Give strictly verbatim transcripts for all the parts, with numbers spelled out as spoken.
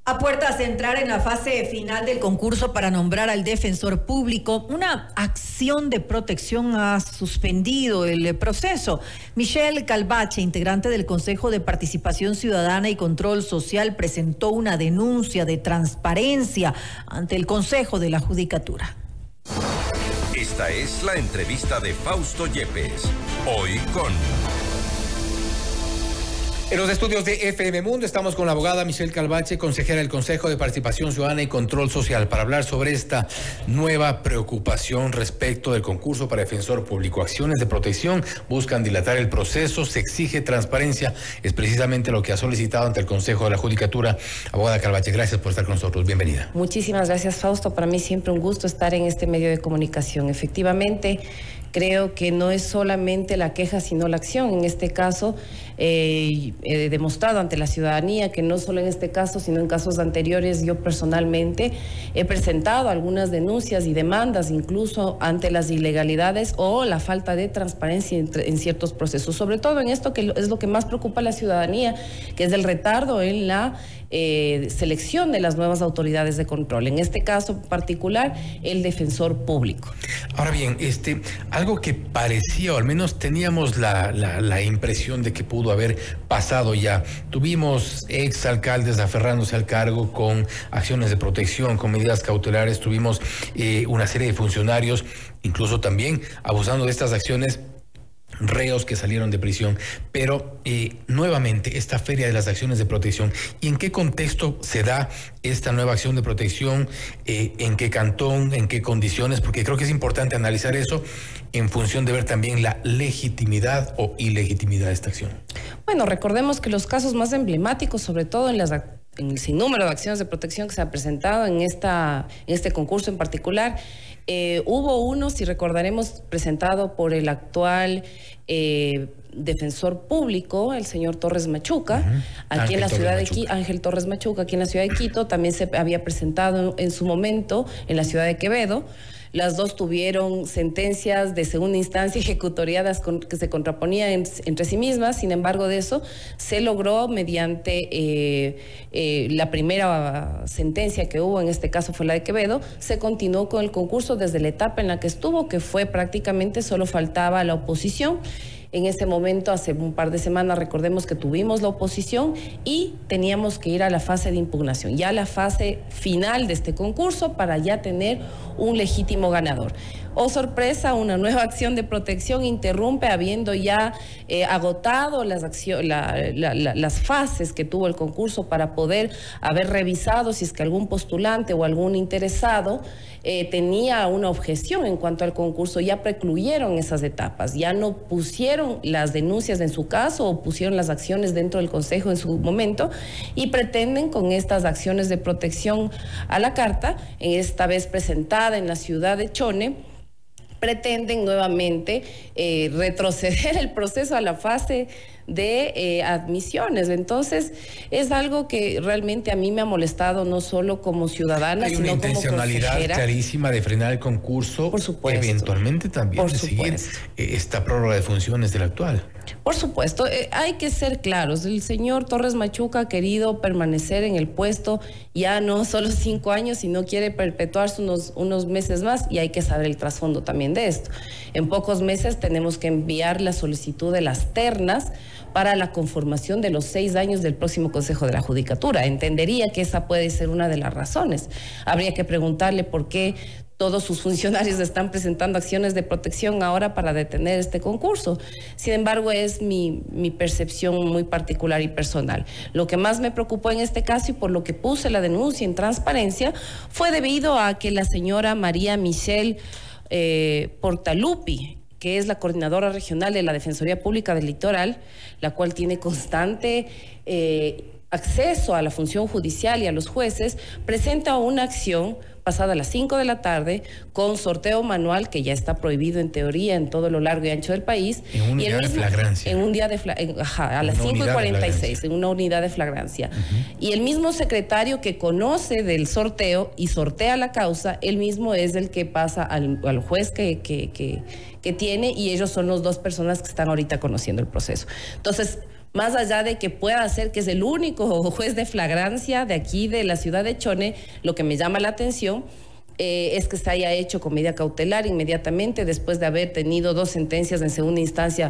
A puertas de entrar en la fase final del concurso para nombrar al defensor público, una acción de protección ha suspendido el proceso. Michelle Calvache, integrante del Consejo de Participación Ciudadana y Control Social, presentó una denuncia de transparencia ante el Consejo de la Judicatura. Esta es la entrevista de Fausto Yepes, hoy con... En los estudios de F M Mundo estamos con la abogada Michelle Calvache, consejera del Consejo de Participación Ciudadana y Control Social, para hablar sobre esta nueva preocupación respecto del concurso para defensor público. Acciones de protección buscan dilatar el proceso, se exige transparencia, es precisamente lo que ha solicitado ante el Consejo de la Judicatura. Abogada Calvache, gracias por estar con nosotros, bienvenida. Muchísimas gracias, Fausto. Para mí siempre un gusto estar en este medio de comunicación. Efectivamente, creo que no es solamente la queja, sino la acción. En este caso, eh, he demostrado ante la ciudadanía que no solo en este caso, sino en casos anteriores, yo personalmente he presentado algunas denuncias y demandas, incluso ante las ilegalidades o la falta de transparencia en, en ciertos procesos. Sobre todo en esto que es lo que más preocupa a la ciudadanía, que es el retardo en la eh, selección de las nuevas autoridades de control. En este caso particular, el defensor público. Ahora bien, este, algo que parecía, o al menos teníamos la, la, la impresión de que pudo haber pasado ya. Tuvimos exalcaldes aferrándose al cargo con acciones de protección, con medidas cautelares. Tuvimos eh, una serie de funcionarios, incluso también abusando de estas acciones, reos que salieron de prisión, pero eh, nuevamente esta feria de las acciones de protección, ¿y en qué contexto se da esta nueva acción de protección? Eh, ¿En qué cantón? ¿En qué condiciones? Porque creo que es importante analizar eso en función de ver también la legitimidad o ilegitimidad de esta acción. Bueno, recordemos que los casos más emblemáticos, sobre todo en las en el sinnúmero de acciones de protección que se ha presentado en esta en este concurso en particular, eh, hubo uno, si recordaremos, presentado por el actual eh, defensor público, el señor Torres Machuca, uh-huh. aquí Ángel en la Torres ciudad Machuca. de Quito, Ángel Torres Machuca, aquí en la ciudad de Quito. También se había presentado en, en su momento en la ciudad de Quevedo. Las dos tuvieron sentencias de segunda instancia ejecutoriadas con, que se contraponían en, entre sí mismas. Sin embargo, de eso se logró mediante eh, eh, la primera sentencia que hubo, en este caso fue la de Quevedo, se continuó con el concurso desde la etapa en la que estuvo, que fue prácticamente solo faltaba la oposición. En ese momento, hace un par de semanas, recordemos que tuvimos la oposición y teníamos que ir a la fase de impugnación, ya la fase final de este concurso, para ya tener un legítimo ganador. Oh, sorpresa, una nueva acción de protección interrumpe habiendo ya eh, agotado las, acción, la, la, la, las fases que tuvo el concurso para poder haber revisado si es que algún postulante o algún interesado eh, tenía una objeción en cuanto al concurso. Ya precluyeron esas etapas, ya no pusieron las denuncias en su caso o pusieron las acciones dentro del Consejo en su momento, y pretenden con estas acciones de protección a la carta, esta vez presentada en la ciudad de Chone, pretenden nuevamente eh, retroceder el proceso a la fase de eh, admisiones. Entonces, es algo que realmente a mí me ha molestado, no solo como ciudadana, sino como consejera. Hay una intencionalidad clarísima de frenar el concurso, por supuesto, eventualmente también por de supuesto. seguir esta prórroga de funciones del actual. Por supuesto, eh, hay que ser claros. El señor Torres Machuca ha querido permanecer en el puesto ya no solo cinco años, sino quiere perpetuarse unos, unos meses más, y hay que saber el trasfondo también de esto. En pocos meses tenemos que enviar la solicitud de las ternas para la conformación de los seis años del próximo Consejo de la Judicatura. Entendería que esa puede ser una de las razones. Habría que preguntarle por qué todos sus funcionarios están presentando acciones de protección ahora para detener este concurso. Sin embargo, es mi, mi percepción muy particular y personal. Lo que más me preocupó en este caso, y por lo que puse la denuncia en transparencia, fue debido a que la señora María Michelle eh, Portalupi, que es la coordinadora regional de la Defensoría Pública del Litoral, la cual tiene constante eh, acceso a la función judicial y a los jueces, presenta una acción pasada a las cinco de la tarde con sorteo manual, que ya está prohibido en teoría en todo lo largo y ancho del país. En un día de flagrancia. En un día de flagrancia, ajá, a las cinco y cuarenta y seis, en una unidad de flagrancia. Uh-huh. Y el mismo secretario que conoce del sorteo y sortea la causa, él mismo es el que pasa al, al juez que, que, que, que tiene, y ellos son las dos personas que están ahorita conociendo el proceso. Entonces, más allá de que pueda ser que es el único juez de flagrancia de aquí de la ciudad de Chone, lo que me llama la atención Eh, es que se haya hecho con medida cautelar inmediatamente después de haber tenido dos sentencias en segunda instancia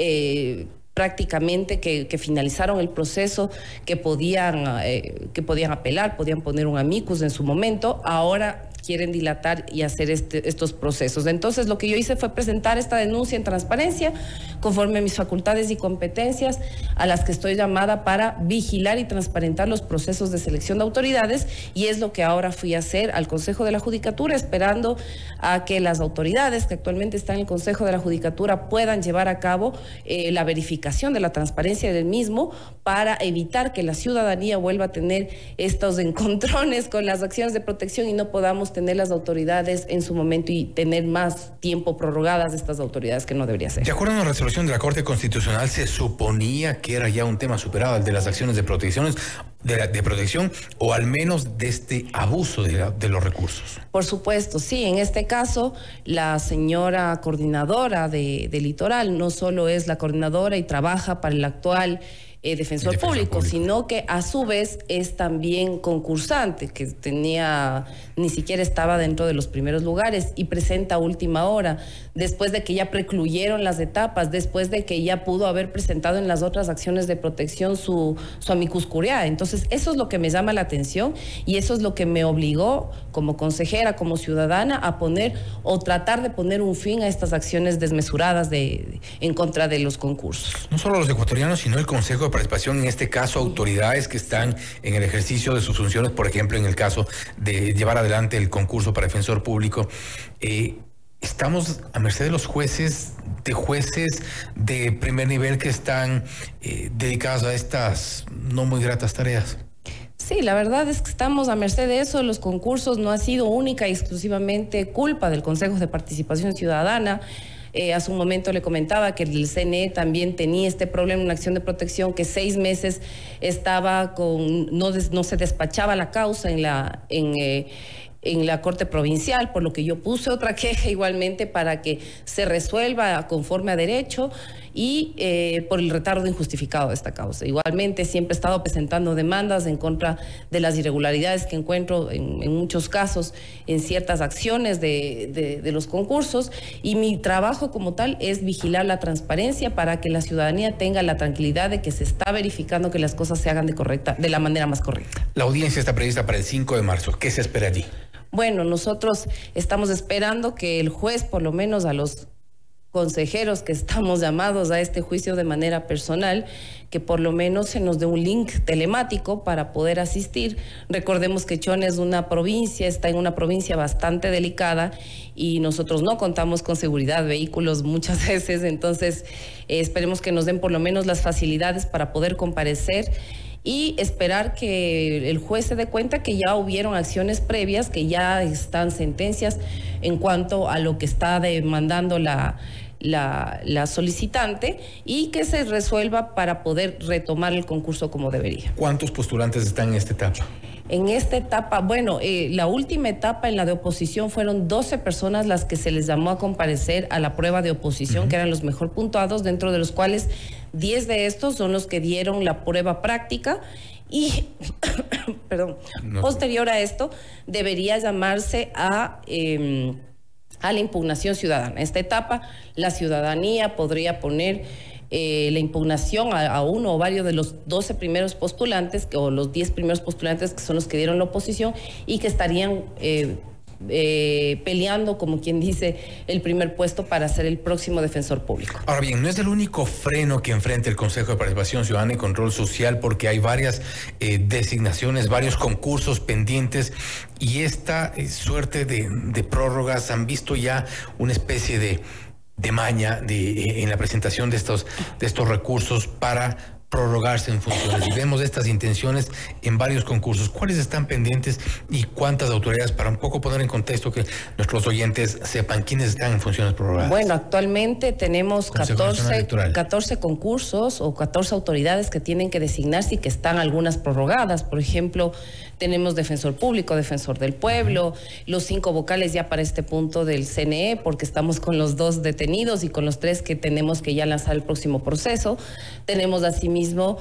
eh, prácticamente que, que finalizaron el proceso, que podían, eh, que podían apelar, podían poner un amicus en su momento. Ahora quieren dilatar y hacer este, estos procesos. Entonces, lo que yo hice fue presentar esta denuncia en transparencia, conforme a mis facultades y competencias, a las que estoy llamada para vigilar y transparentar los procesos de selección de autoridades, y es lo que ahora fui a hacer al Consejo de la Judicatura, esperando a que las autoridades que actualmente están en el Consejo de la Judicatura puedan llevar a cabo eh, la verificación de la transparencia del mismo, para evitar que la ciudadanía vuelva a tener estos encontrones con las acciones de protección y no podamos tener las autoridades en su momento y tener más tiempo prorrogadas estas autoridades, que no debería ser. De acuerdo a una resolución de la Corte Constitucional, se suponía que era ya un tema superado, el de las acciones de protecciones, de, la, de protección, o al menos de este abuso de, la, de los recursos. Por supuesto, sí. En este caso, la señora coordinadora de, de Litoral no solo es la coordinadora y trabaja para el actual Eh, defensor, defensor público, público, sino que a su vez es también concursante, que tenía, ni siquiera estaba dentro de los primeros lugares, y presenta a última hora, después de que ya precluyeron las etapas, después de que ya pudo haber presentado en las otras acciones de protección su, su amicus curiae. Entonces, eso es lo que me llama la atención, y eso es lo que me obligó como consejera, como ciudadana, a poner o tratar de poner un fin a estas acciones desmesuradas de, de, en contra de los concursos. No solo los ecuatorianos, sino el Consejo de Participación, en este caso autoridades que están en el ejercicio de sus funciones, por ejemplo en el caso de llevar adelante el concurso para defensor público. Eh, estamos a merced de los jueces, de jueces de primer nivel que están eh, dedicados a estas no muy gratas tareas. Sí, la verdad es que estamos a merced de eso. Los concursos no ha sido única y exclusivamente culpa del Consejo de Participación Ciudadana. Eh, hace un momento le comentaba que el C N E también tenía este problema, una acción de protección que seis meses estaba con, no, des, no se despachaba la causa en la, en, eh, en la Corte Provincial, por lo que yo puse otra queja igualmente para que se resuelva conforme a derecho, y eh, por el retardo injustificado de esta causa. Igualmente siempre he estado presentando demandas en contra de las irregularidades que encuentro en, en muchos casos en ciertas acciones de, de, de los concursos, y mi trabajo como tal es vigilar la transparencia para que la ciudadanía tenga la tranquilidad de que se está verificando que las cosas se hagan de, correcta, de la manera más correcta. La audiencia está prevista para el cinco de marzo. ¿Qué se espera allí? Bueno, nosotros estamos esperando que el juez, por lo menos a los consejeros que estamos llamados a este juicio de manera personal, que por lo menos se nos dé un link telemático para poder asistir. Recordemos que Chone es una provincia, está en una provincia bastante delicada, y nosotros no contamos con seguridad, vehículos muchas veces, entonces eh, esperemos que nos den por lo menos las facilidades para poder comparecer, y esperar que el juez se dé cuenta que ya hubieron acciones previas, que ya están sentencias en cuanto a lo que está demandando la, la, la solicitante, y que se resuelva para poder retomar el concurso como debería. ¿Cuántos postulantes están en esta etapa? En esta etapa, bueno, eh, la última etapa en la de oposición fueron doce personas las que se les llamó a comparecer a la prueba de oposición, uh-huh. que eran los mejor puntuados, dentro de los cuales diez de estos son los que dieron la prueba práctica, y perdón, no. posterior a esto debería llamarse a... Eh, a la impugnación ciudadana. Esta etapa, la ciudadanía podría poner eh, la impugnación a, a uno o varios de los doce primeros postulantes, o los diez primeros postulantes, que son los que dieron la oposición y que estarían eh, eh, peleando, como quien dice, el primer puesto para ser el próximo defensor público. Ahora bien, no es el único freno que enfrenta el Consejo de Participación Ciudadana y Control Social, porque hay varias eh, designaciones, varios concursos pendientes, y esta eh, suerte de, de prórrogas han visto ya una especie de, de maña de, eh, en la presentación de estos, de estos recursos para prorrogarse en funciones. Y vemos estas intenciones en varios concursos. ¿Cuáles están pendientes y cuántas autoridades, para un poco poner en contexto que nuestros oyentes sepan quiénes están en funciones prorrogadas? Bueno, actualmente tenemos catorce, catorce concursos o catorce autoridades que tienen que designarse y que están algunas prorrogadas. Por ejemplo, tenemos defensor público, defensor del pueblo, uh-huh. los cinco vocales ya para este punto del C N E, porque estamos con los dos detenidos y con los tres que tenemos que ya lanzar el próximo proceso. Tenemos asimismo Asimismo,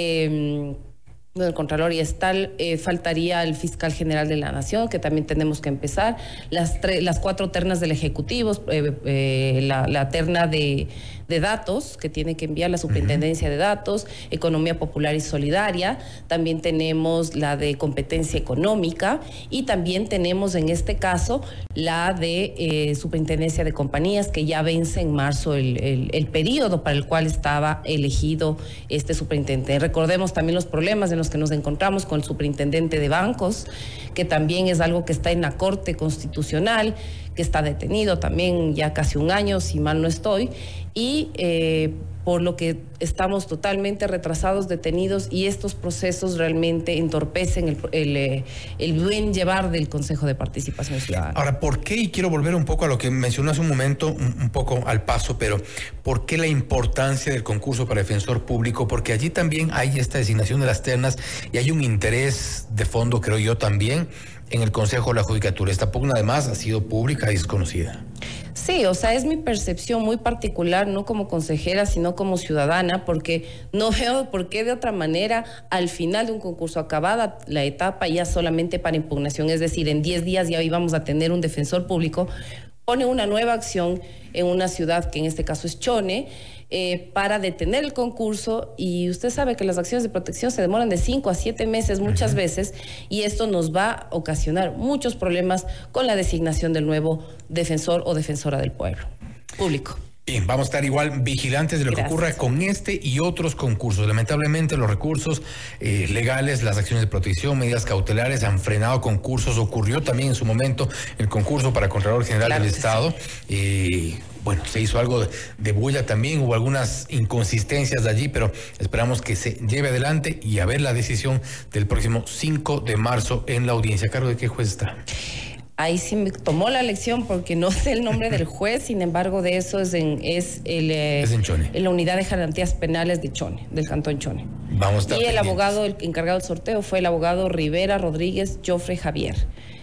eh, el Contralor y Estal, eh, faltaría el Fiscal General de la Nación, que también tenemos que empezar, las, tre- las cuatro ternas del Ejecutivo, eh, eh, la, la terna de, de datos, que tiene que enviar la Superintendencia uh-huh. de Datos, Economía Popular y Solidaria, también tenemos la de Competencia Económica y también tenemos en este caso la de eh, Superintendencia de Compañías, que ya vence en marzo el, el, el periodo para el cual estaba elegido este superintendente. Recordemos también los problemas en los que nos encontramos con el superintendente de bancos, que también es algo que está en la Corte Constitucional, que está detenido también ya casi un año, si mal no estoy, y eh, por lo que estamos totalmente retrasados, detenidos, y estos procesos realmente entorpecen el, el, el buen llevar del Consejo de Participación Ciudadana. Ahora, ¿por qué? Y quiero volver un poco a lo que mencionó hace un momento, un, un poco al paso, pero ¿por qué la importancia del concurso para defensor público? Porque allí también hay esta designación de las ternas y hay un interés de fondo, creo yo también, en el Consejo de la Judicatura. Esta pugna además ha sido pública y desconocida. Sí, o sea, es mi percepción muy particular, no como consejera, sino como ciudadana, porque no veo por qué de otra manera, al final de un concurso, acabada la etapa ya solamente para impugnación, es decir, en diez días ya íbamos a tener un defensor público, pone una nueva acción en una ciudad que en este caso es Chone, eh, para detener el concurso, y usted sabe que las acciones de protección se demoran de cinco a siete meses muchas uh-huh. veces, y esto nos va a ocasionar muchos problemas con la designación del nuevo defensor o defensora del pueblo público. Bien, vamos a estar igual vigilantes de lo Gracias. que ocurra con este y otros concursos. Lamentablemente los recursos eh, legales, las acciones de protección, medidas cautelares han frenado concursos. Ocurrió también en su momento el concurso para Contralor General claro del Estado. Sí. Eh, bueno, se hizo algo de, de bulla también, hubo algunas inconsistencias de allí, pero esperamos que se lleve adelante y a ver la decisión del próximo cinco de marzo en la audiencia. ¿A cargo de qué juez está? Ahí sí me tomó la lección porque no sé el nombre del juez, sin embargo de eso es en, es el, eh, es en Chone. En la unidad de garantías penales de Chone, del Cantón Chone. Vamos a estar y el pendientes. abogado, el encargado del sorteo fue el abogado Rivera Rodríguez Joffre Javier.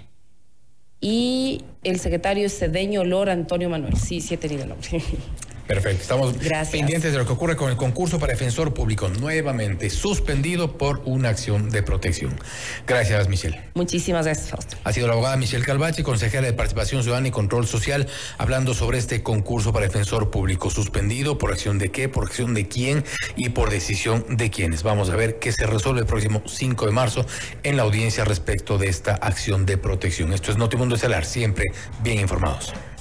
Y el secretario es Cedeño Lora Antonio Manuel. Sí, sí he tenido el nombre. Perfecto, estamos Gracias. pendientes de lo que ocurre con el concurso para defensor público, nuevamente suspendido por una acción de protección. Gracias, Michelle. Muchísimas gracias, Fausto. Ha sido la abogada Michelle Calvache, consejera de Participación Ciudadana y Control Social, hablando sobre este concurso para defensor público suspendido, por acción de qué, por acción de quién y por decisión de quiénes. Vamos a ver qué se resuelve el próximo cinco de marzo en la audiencia respecto de esta acción de protección. Esto es Notimundo Estelar, siempre bien informados.